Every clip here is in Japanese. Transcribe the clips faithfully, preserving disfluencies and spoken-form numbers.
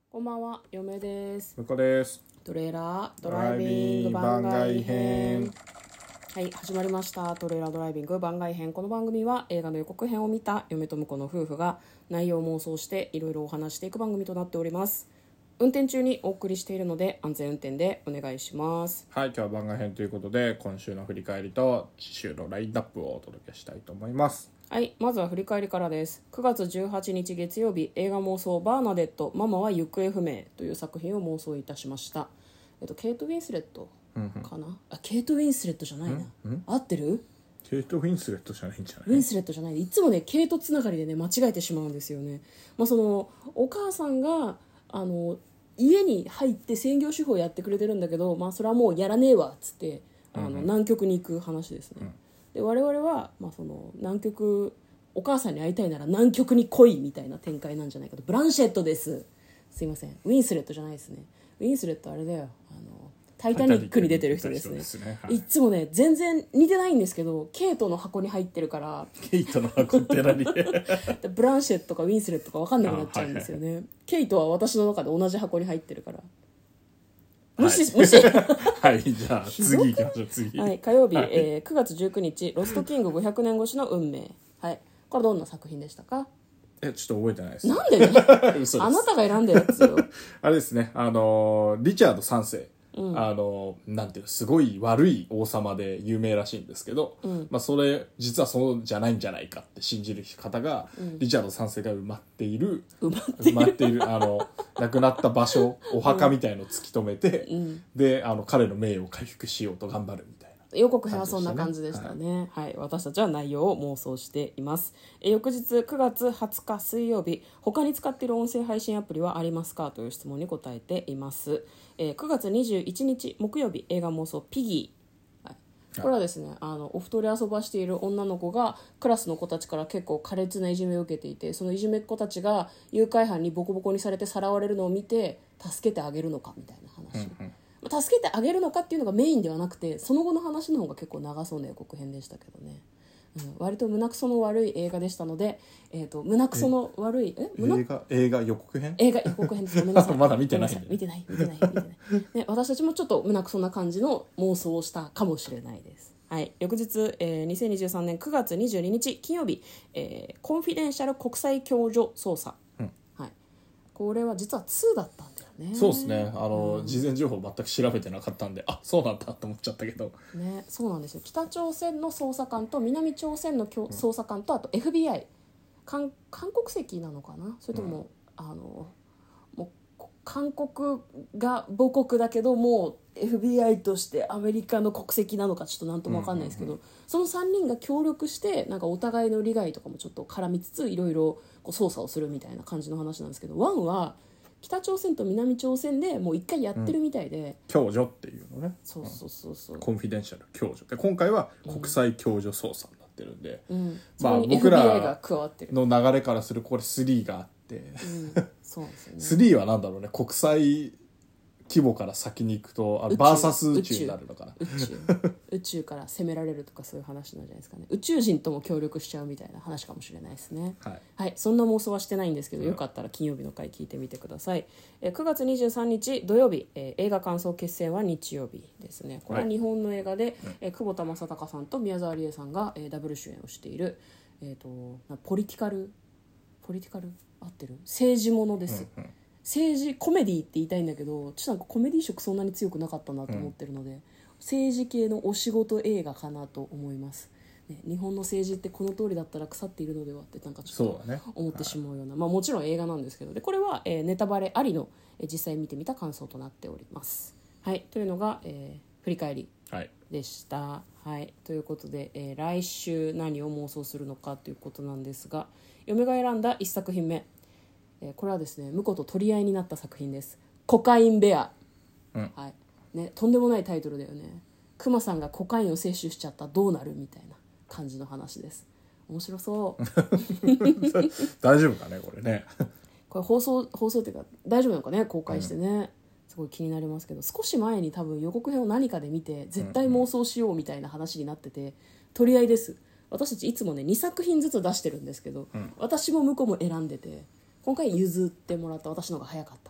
こんばんは、嫁です。 向こうです。 トレーラードライビング番外編。はい、始まりました。トレーラードライビング番外編。この番組は映画の予告編を見た嫁と婿の夫婦が内容を妄想していろいろお話していく番組となっております。運転中にお送りしているので安全運転でお願いします。 はい、今日は番外編ということで今週の振り返りと次週のラインナップをお届けしたいと思います。 はい、まずは振り返りからです。くがつじゅうはちにち月曜日、映画妄想バーナデットママは行方不明という作品を妄想いたしました。えっと、ケイト・ウィンスレットかな、あ、ケイト・ウィンスレットじゃないな、合ってる？ ケイト・ウィンスレットじゃないんじゃない？ ウィンスレットじゃない、いつもねケイトつながりでね間違えてしまうんですよね。まあ、そのお母さんがあの家に入って専業主婦をやってくれてるんだけど、まあ、それはもうやらねえわっつってあの、うんうん、南極に行く話ですね、うん、で我々は、まあ、その南極お母さんに会いたいなら南極に来いみたいな展開なんじゃないかと。ブランシェットです、すいません、ウィンスレットじゃないですね。ウィンスレットあれだよ、あのタイタニックに出てる人ですね。ですね、はい、いつもね全然似てないんですけどケイトの箱に入ってるからケイトの箱って何？ ブランシェットかウィンスレットか分かんなくなっちゃうんですよね、はいはい、ケイトは私の中で同じ箱に入ってるから無視、はい、無視はいじゃあ次行きましょう。次、 はい、火曜日、はい、えー、くがつじゅうくにちロストキングごひゃくねん越しの運命。はい、これどんな作品でしたか？ えちょっと覚えてないです。 なんでねあなたが選んだやつよ。 あれですね、あのリチャードさんせい、うん、あのなんていうのすごい悪い王様で有名らしいんですけど、うんまあ、それ実はそうじゃないんじゃないかって信じる方が、うん、リチャードさんせいが埋まっている埋まっている、 埋まっているあの亡くなった場所お墓みたいのを突き止めて、うん、であの彼の名誉を回復しようと頑張るみたいな。 予告編はそんな感じでしたね、はいはい、私たちは内容を妄想しています。え翌日くがつはつか水曜日、他に使っている音声配信アプリはありますかという質問に答えています。えくがつにじゅういちにち木曜日、映画妄想ピギー、はい、これはですね、あのお布団で遊ばしている女の子がクラスの子たちから結構苛烈ないじめを受けていて、そのいじめっ子たちが誘拐犯にボコボコにされてさらわれるのを見て助けてあげるのかみたいな話、うんうん助けてあげるのかっていうのがメインではなくて、その後の話の方が結構長そうな予告編でしたけどね、うん、割と胸クソの悪い映画でしたので、えー、と胸クソの悪いえ映画映画予告編映画予告編です。ごめんなさいまだ見てない、ね、 見てない見てない見てない、ね、私たちもちょっと胸クソな感じの妄想をしたかもしれないです。はい、翌日、えー、にせんにじゅうさんねんくがつにじゅうににち金曜日、えー、コンフィデンシャル国際共助捜査、うんはい、これは実はツーだったんだよね。 そうですね、あの、うん、事前情報全く調べてなかったんで、あそうなんだと思っちゃったけど、 ね、そうなんですよ。北朝鮮の捜査官と南朝鮮の捜査官とあと エフビーアイ、韓, 韓国籍なのかな、それとも、うん、あのもう韓国が母国だけどもう エフビーアイ としてアメリカの国籍なのかちょっと何とも分かんないですけど、うんうんうん、そのさんにんが協力してなんかお互いの利害とかもちょっと絡みつついろいろ捜査をするみたいな感じの話なんですけど、ワンは北朝鮮と南朝鮮でもう一回やってるみたいで、 うん、共助っていうのね、 そうそうそうそう、 コンフィデンシャル共助で今回は国際共助捜査になってるんで、 うんまあ、僕らの流れからするこれスリーがあって、 うん、そうですよね、 スリーはなんだろうね、国際規模から先に行くとあバーサス宇宙になるのかな、 宇宙宇宙宇宙から攻められるとかそういう話なんじゃないですかね。宇宙人とも協力しちゃうみたいな話かもしれないですね。はい、はい、そんな妄想はしてないんですけど、よかったら金曜日の回聞いてみてください。えくがつにじゅうさんにち土曜日、えー、映画感想決戦は日曜日ですね。これは日本の映画で、はいえー、久保田正孝さんと宮沢りえさんが、えー、ダブル主演をしている、えー、とポリティカルポリティカル合ってる政治ものです、うんうん政治コメディって言いたいんだけどちょっとなんかコメディ色そんなに強くなかったなと思ってるので、うん、政治系のお仕事映画かなと思います、ね、日本の政治ってこの通りだったら腐っているのではってなんかちょっと思ってしまうような、まあ、もちろん映画なんですけどでこれは、えー、ネタバレありの、えー、実際見てみた感想となっております、はい、というのが、えー、振り返りでした、はいはい、ということで、えー、来週何を妄想するのかということなんですが嫁が選んだいっさく品目、これはですね婿と取り合いになった作品です。コカインベア、うんはいね、とんでもないタイトルだよね。クマさんがコカインを摂取しちゃったどうなるみたいな感じの話です。面白そう大丈夫かねこれねこれ放送放送っていうか大丈夫なのかね公開してね、うん、すごい気になりますけど少し前に多分予告編を何かで見て絶対妄想しようみたいな話になってて取り合いです。私たちいつもねにさく品ずつ出してるんですけど、うん、私も婿も選んでて今回譲ってもらった私の方が早かったからね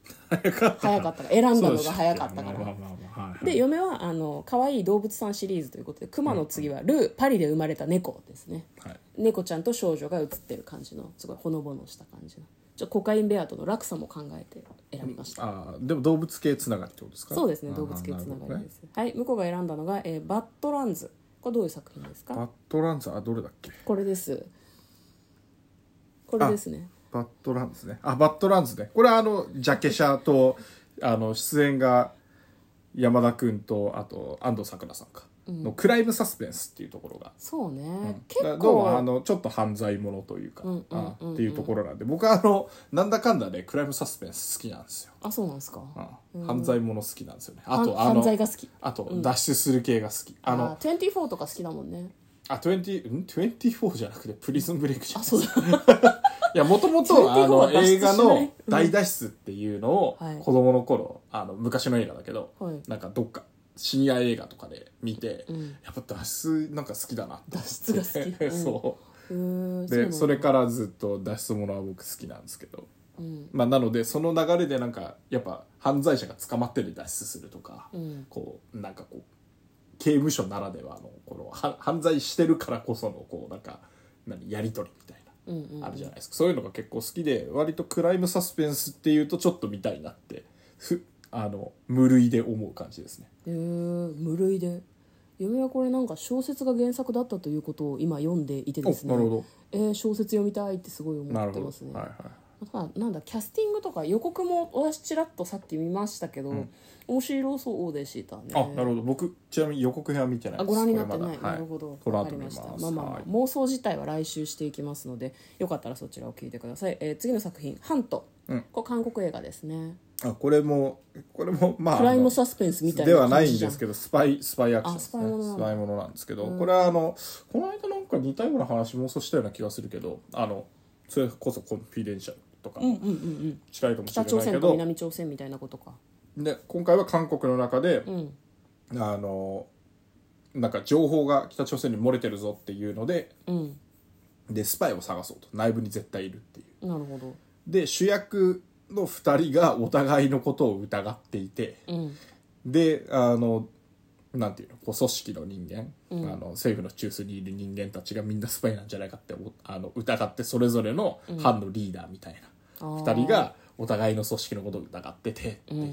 早かった早かったから選んだのが早かったから。 まあまあまあまあ、はいはい、 で嫁はあの可愛い動物さんシリーズということで、クマの次はルー、パリで生まれた猫ですね、はい、猫ちゃんと少女が写ってる感じのすごいほのぼのした感じの、ちょコカインベアとの落差も考えて選びました。 あでも動物系つながりってことですか？ そうですね、動物系つながりです、ね、はい。向こうが選んだのが、えー、バッドランズ。これどういう作品ですか？ バッドランズ、あどれだっけ？ これです、これですね。 バッドランズね。あ、バッドランズね。これはあのジャケ写とあの出演が山田君とあと安藤サクラさんかのクライムサスペンスっていうところが、 そうね、 うん、 結構どうもあのちょっと犯罪ものというか、うんうんうんうん、っていうところなんで、僕はあのなんだかんだねクライムサスペンス好きなんですよ。 あ、そうなんですか、 うん、犯罪もの好きなんですよね。あとあの犯罪が好き、 あと脱出する系が好き、うん、あのあにじゅうよんとか好きだもんね。 あ、にじゅう、ん ?にじゅうよん じゃなくてプリズンブレイクじゃん。あ、そうだ。いや、もともとあの映画の大脱出っていうのを子供の頃、あの昔の映画だけど、はい、なんかどっかシニア映画とかで見て、うん、やっぱ脱出なんか好きだなって。 脱出が好き。 そう。うで、それからずっと脱出ものは僕好きなんですけど、うん、まあなのでその流れでなんかやっぱ犯罪者が捕まってる脱出するとか、うん、こうなんかこう刑務所ならではのこの犯罪してるからこそのこうなんか何やり取りみたいな、うんうんうん、あるじゃないですか。そういうのが結構好きで、割とクライムサスペンスっていうとちょっと見たいなってふあの無類で思う感じですね。 へえ、無類で。嫁はこれなんか小説が原作だったということを今読んでいてですね、 なるほど、 えー、小説読みたいってすごい思ってますね。なるほど、はいはい。まあ、なんだキャスティングとか予告も私ちらっとさっき見ましたけど、うん、面白そうでしたね。 あ、なるほど。僕ちなみに予告編は見てないです。 あ、ご覧になってない、 ま、 なるほど、 わかりました。まあまあ、まあはい、 妄想自体は来週していきますので、よかったらそちらを聞いてください。えー、次の作品ハント、うん、これ韓国映画ですね。 あ、これもこれもまあクライムサスペンスみたいなではないんですけど、スパイスパイアクションですね。 スパイものスパイものなんですけど、うん、これはあのこの間なんか似たような話妄想したような気がするけど、あのそれこそコンフィデンシャルとか近いかもしれないけど、 北朝鮮と南朝鮮みたいなことかで、今回は韓国の中で、うん、あのなんか情報が北朝鮮に漏れてるぞっていうので、うん、でスパイを探そうと、内部に絶対いるっていう。 なるほど。 で主役のふたりがお互いのことを疑っていて、うん、であのなんていうの、こう組織の人間、うん、あの政府の中枢にいる人間たちがみんなスパイなんじゃないかってあの疑って、それぞれの班のリーダーみたいな、うん、ふたりがお互いの組織のことを疑っててっていう、うんうんうん、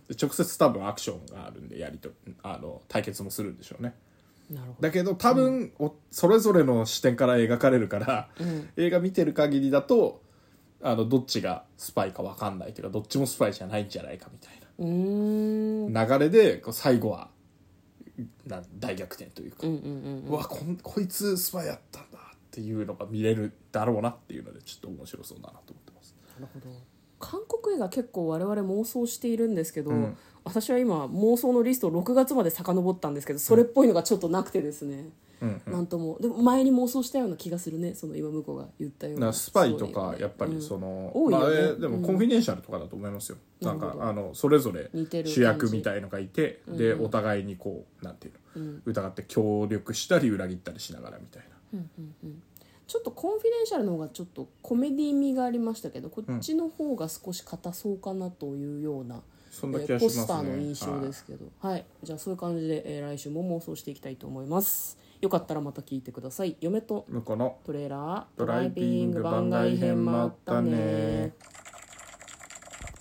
で直接多分アクションがあるんでやりとあの対決もするんでしょうね。 なるほど。 だけど多分、うん、それぞれの視点から描かれるから、うん、映画見てる限りだとあのどっちがスパイか分かんないというか、どっちもスパイじゃないんじゃないかみたいなうーん流れで、こう最後はな大逆転というか、うんうんうんうん、うわ こ, こいつスパイやったんだっていうのが見れるだろうなっていうので、ちょっと面白そうだなと思ってます。 なるほど。韓国映画結構我々妄想しているんですけど、うん、私は今妄想のリストをろくがつまで遡ったんですけど、それっぽいのがちょっとなくてですね、うんうん、なんともでも前に妄想したような気がするね、その今向こうが言ったような。 スパイとかやっぱりその、うん、多いよね、まあ、でもコンフィデンシャルとかだと思いますよ、うん、なんかあのそれぞれ主役みたいのがいて、でお互いにこうなんていうの、うん、疑って協力したり裏切ったりしながらみたいな、うんうんうん、ちょっとコンフィデンシャルの方がちょっとコメディ味がありましたけど、こっちの方が少し硬そうかなというような、そんな気がしますね、 ポスターの印象ですけど、はい、はい、じゃあそういう感じで、えー、来週も妄想していきたいと思います。よかったらまた聞いてください。嫁と向こうのトレーラードライビング番外編もあったね。